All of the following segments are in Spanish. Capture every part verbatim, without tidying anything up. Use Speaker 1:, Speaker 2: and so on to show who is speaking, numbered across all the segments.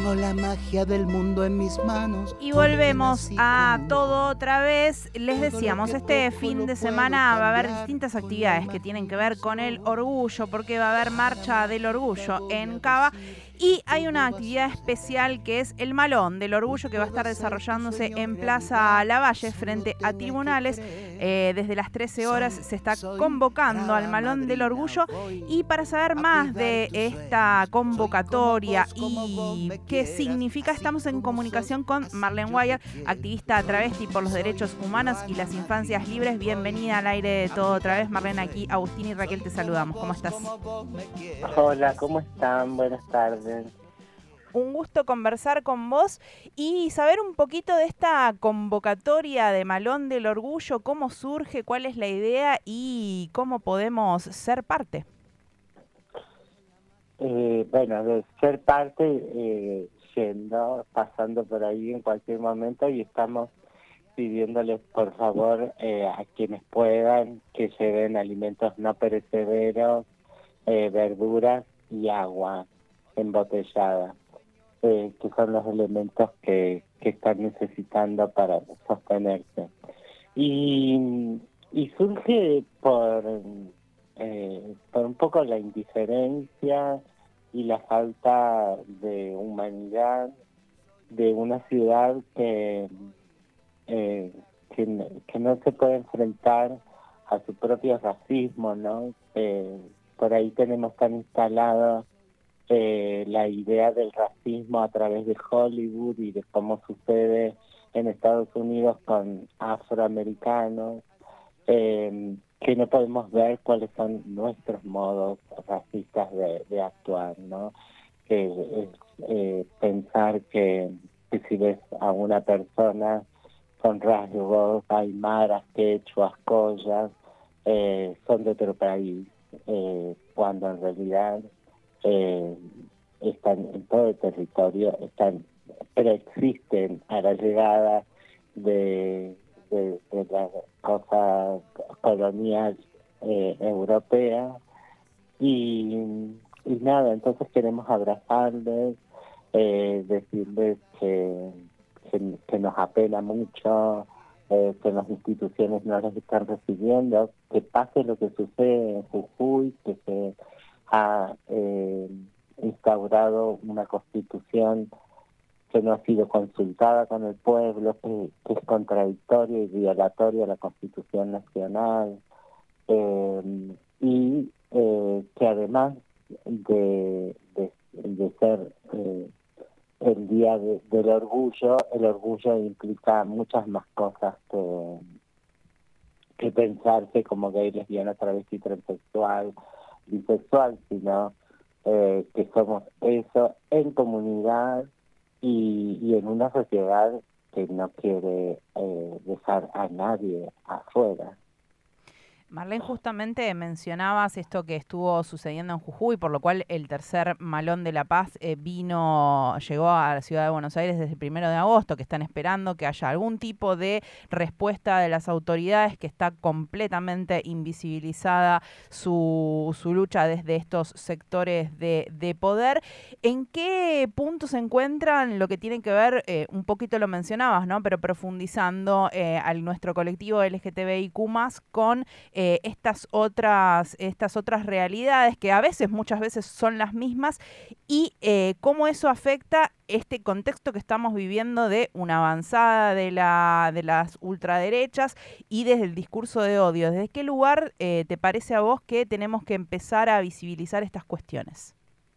Speaker 1: Tengo la magia del mundo en mis manos.
Speaker 2: Y volvemos a todo otra vez. Les decíamos, este fin de semana va a haber distintas actividades que tienen que ver con el orgullo, porque va a haber marcha del orgullo en Cava. Y hay una actividad especial que es el Malón del Orgullo, que va a estar desarrollándose en Plaza Lavalle frente a tribunales. Eh, desde las trece horas se está convocando al Malón del Orgullo. Y para saber más de esta convocatoria y qué significa, estamos en comunicación con Marlene Guayar, activista travesti por los derechos humanos y las infancias libres. Bienvenida al aire de todo otra vez, Marlene. Aquí Agustín y Raquel te saludamos. ¿Cómo estás?
Speaker 3: Hola, ¿cómo están? Buenas tardes.
Speaker 2: Un gusto conversar con vos y saber un poquito de esta convocatoria de Malón del Orgullo, cómo surge, cuál es la idea y cómo podemos ser parte.
Speaker 3: Eh, bueno, de ser parte, eh, yendo, pasando por ahí en cualquier momento, y estamos pidiéndoles por favor eh, a quienes puedan que lleven alimentos no perecederos, eh, verduras y agua embotellada, eh, que son los elementos que, que están necesitando para sostenerse. Y, y surge por, eh, por un poco la indiferencia y la falta de humanidad de una ciudad que, eh, que, que no se puede enfrentar a su propio racismo, ¿no? Eh, por ahí tenemos tan instalado eh, la idea del racismo a través de Hollywood y de cómo sucede en Estados Unidos con afroamericanos, eh, que no podemos ver cuáles son nuestros modos racistas de, de actuar, ¿no? Que es eh, pensar que, que si ves a una persona con rasgos aymaras, quechuas, collas, eh, son de otro país, eh, cuando en realidad eh, están en todo el territorio, están preexisten a la llegada de, de, de la cosa colonial eh, europea, y, y nada, entonces queremos abrazarles, eh, decirles que, que, que nos apena mucho, eh, que las instituciones no les están recibiendo, que pase lo que sucede en Jujuy, que se ha eh, instaurado una constitución que no ha sido consultada con el pueblo, que, que es contradictoria y violatoria a la Constitución Nacional, eh, y eh, que además de, de, de ser eh, el Día de, del Orgullo, el orgullo implica muchas más cosas que, que pensarse como gay, lesbiana, travesti, transexual, bisexual, sino eh, que somos eso en comunidad y, y en una sociedad que no quiere eh, dejar a nadie afuera.
Speaker 2: Marlene, justamente mencionabas esto que estuvo sucediendo en Jujuy, por lo cual el tercer Malón de la Paz eh, vino, llegó a la ciudad de Buenos Aires desde el primero de agosto, que están esperando que haya algún tipo de respuesta de las autoridades, que está completamente invisibilizada su, su lucha desde estos sectores de, de poder. ¿En qué punto se encuentran lo que tiene que ver, eh, un poquito lo mencionabas, ¿no? Pero profundizando eh, a nuestro colectivo L G T B I Q más, con Eh, estas otras estas otras realidades que a veces, muchas veces son las mismas, y eh, cómo eso afecta este contexto que estamos viviendo de una avanzada de la de las ultraderechas y desde el discurso de odio? ¿Desde qué lugar eh, te parece a vos que tenemos que empezar a visibilizar estas cuestiones?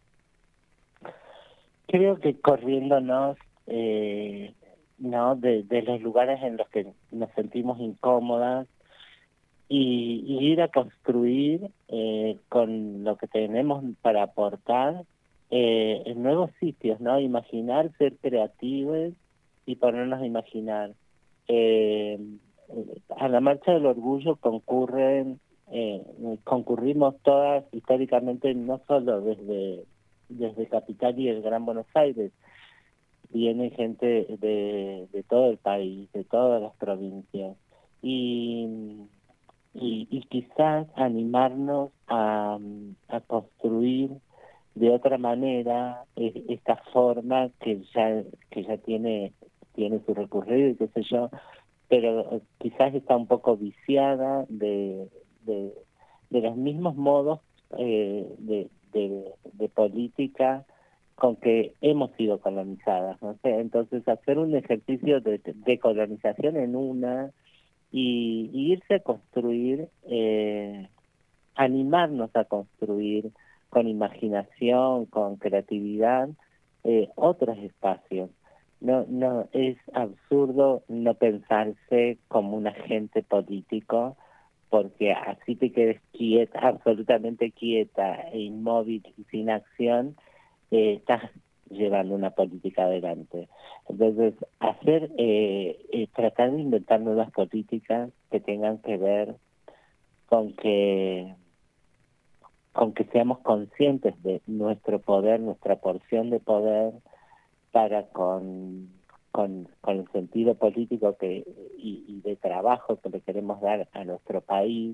Speaker 3: Creo que corriéndonos eh, no de, de los lugares en los que nos sentimos incómodas, Y, y ir a construir eh, con lo que tenemos para aportar eh, en nuevos sitios, ¿no? Imaginar, ser creativos y ponernos a imaginar. Eh, a la Marcha del Orgullo concurren, eh, concurrimos todas históricamente, no solo desde, desde Capital y el Gran Buenos Aires, viene gente de, de todo el país, de todas las provincias. Y Y, y quizás animarnos a, a construir de otra manera es, esta forma que ya que ya tiene tiene su recorrido y qué sé yo, pero quizás está un poco viciada de de, de los mismos modos eh, de, de, de política con que hemos sido colonizadas, ¿no sé? Entonces hacer un ejercicio de, de colonización en una y, y irse a construir, eh, animarnos a construir con imaginación, con creatividad, eh, otros espacios. No, no es absurdo no pensarse como un agente político, porque así te quedes quieta, absolutamente quieta e inmóvil y sin acción, eh, estás llevando una política adelante. Entonces, hacer, eh, eh, tratar de inventar nuevas políticas que tengan que ver con que con que seamos conscientes de nuestro poder, nuestra porción de poder para con, con, con el sentido político que y, y de trabajo que le queremos dar a nuestro país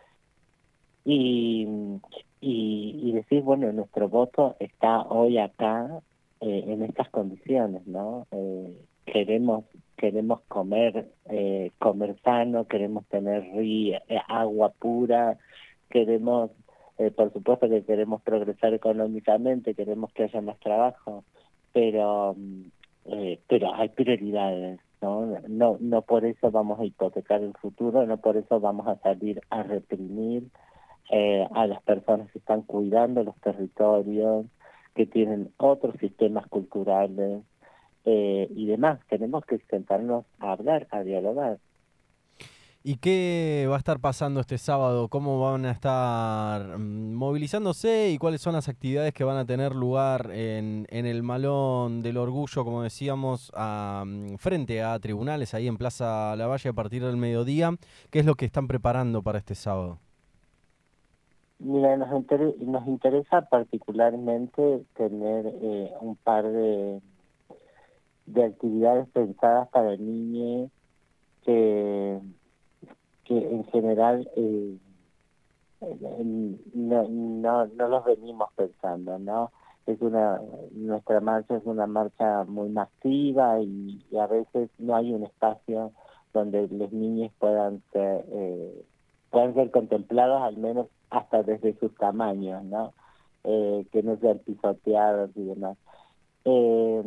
Speaker 3: y, y, y decir, bueno, nuestro voto está hoy acá eh, en estas condiciones, ¿no? Eh, queremos queremos comer eh, comer sano, queremos tener río, eh, agua pura, queremos eh, por supuesto que queremos progresar económicamente, queremos que haya más trabajo, pero eh, pero hay prioridades, ¿no? No no por eso vamos a hipotecar el futuro, no por eso vamos a salir a reprimir eh, a las personas que están cuidando los territorios, que tienen otros sistemas culturales eh, y demás. Tenemos que sentarnos a hablar, a dialogar.
Speaker 4: ¿Y qué va a estar pasando este sábado? ¿Cómo van a estar mm, movilizándose y cuáles son las actividades que van a tener lugar en, en el Malón del Orgullo, como decíamos, a, mm, frente a tribunales ahí en Plaza Lavalle a partir del mediodía? ¿Qué es lo que están preparando para este sábado?
Speaker 3: Mira, nos, inter nos interesa particularmente tener eh, un par de, de actividades pensadas para niños que, que en general eh, no, no, no los venimos pensando, ¿no? Es una, nuestra marcha es una marcha muy masiva y, y a veces no hay un espacio donde los niños puedan ser, eh, puedan ser contemplados al menos hasta desde sus tamaños, ¿no? Eh, que no sean pisoteados y demás. Eh,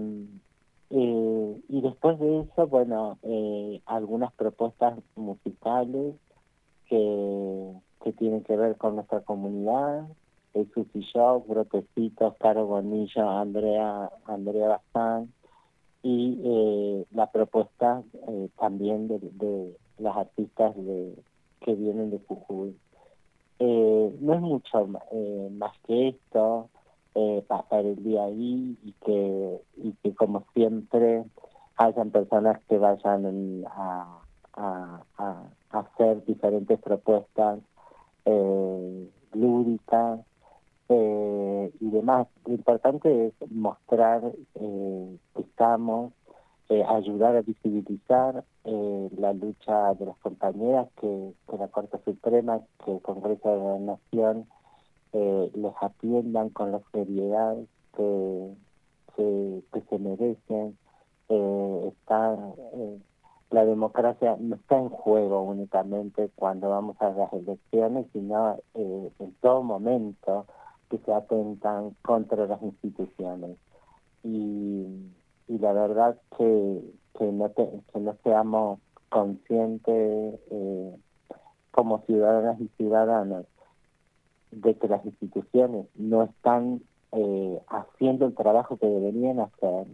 Speaker 3: eh, y después de eso, bueno, eh, algunas propuestas musicales que, que tienen que ver con nuestra comunidad, el Susi Show, Brotecitos, Caro Bonillo, Andrea, Andrea Bazán, y eh, la propuesta eh, también de, de las artistas de, que vienen de Jujuy. Eh, no es mucho eh, más que esto, eh, pasar el día ahí y que, y que como siempre hayan personas que vayan a, a, a, a hacer diferentes propuestas eh, lúdicas eh, y demás. Lo importante es mostrar eh, que estamos, eh, ayudar a visibilizar eh, la lucha de las compañeras, que, que la Corte Suprema, que el Congreso de la Nación eh, les atiendan con la seriedad que, que, que se merecen. Eh, está, eh, la democracia no está en juego únicamente cuando vamos a las elecciones, sino eh, en todo momento que se atentan contra las instituciones. Y, y la verdad que, que, no, te, que no seamos conscientes eh, como ciudadanas y ciudadanos de que las instituciones no están eh, haciendo el trabajo que deberían hacer,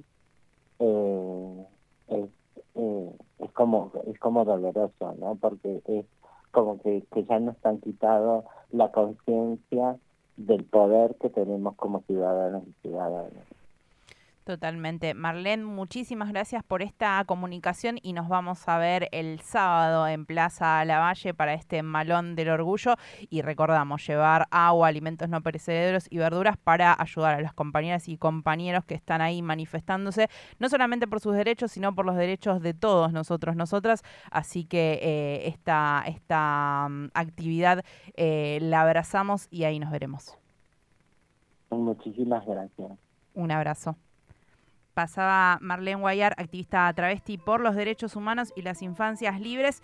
Speaker 3: eh, es, eh, es como es como doloroso, ¿no? Porque es como que, que ya nos han quitado la conciencia del poder que tenemos como ciudadanos y ciudadanas.
Speaker 2: Totalmente. Marlene, muchísimas gracias por esta comunicación y nos vamos a ver el sábado en Plaza Lavalle para este Malón del Orgullo y recordamos llevar agua, alimentos no perecederos y verduras para ayudar a las compañeras y compañeros que están ahí manifestándose, no solamente por sus derechos, sino por los derechos de todos nosotros, nosotras. Así que eh, esta, esta um, actividad eh, la abrazamos y ahí nos veremos.
Speaker 3: Muchísimas gracias.
Speaker 2: Un abrazo. Pasaba Marlene Guayar, activista travesti por los derechos humanos y las infancias libres.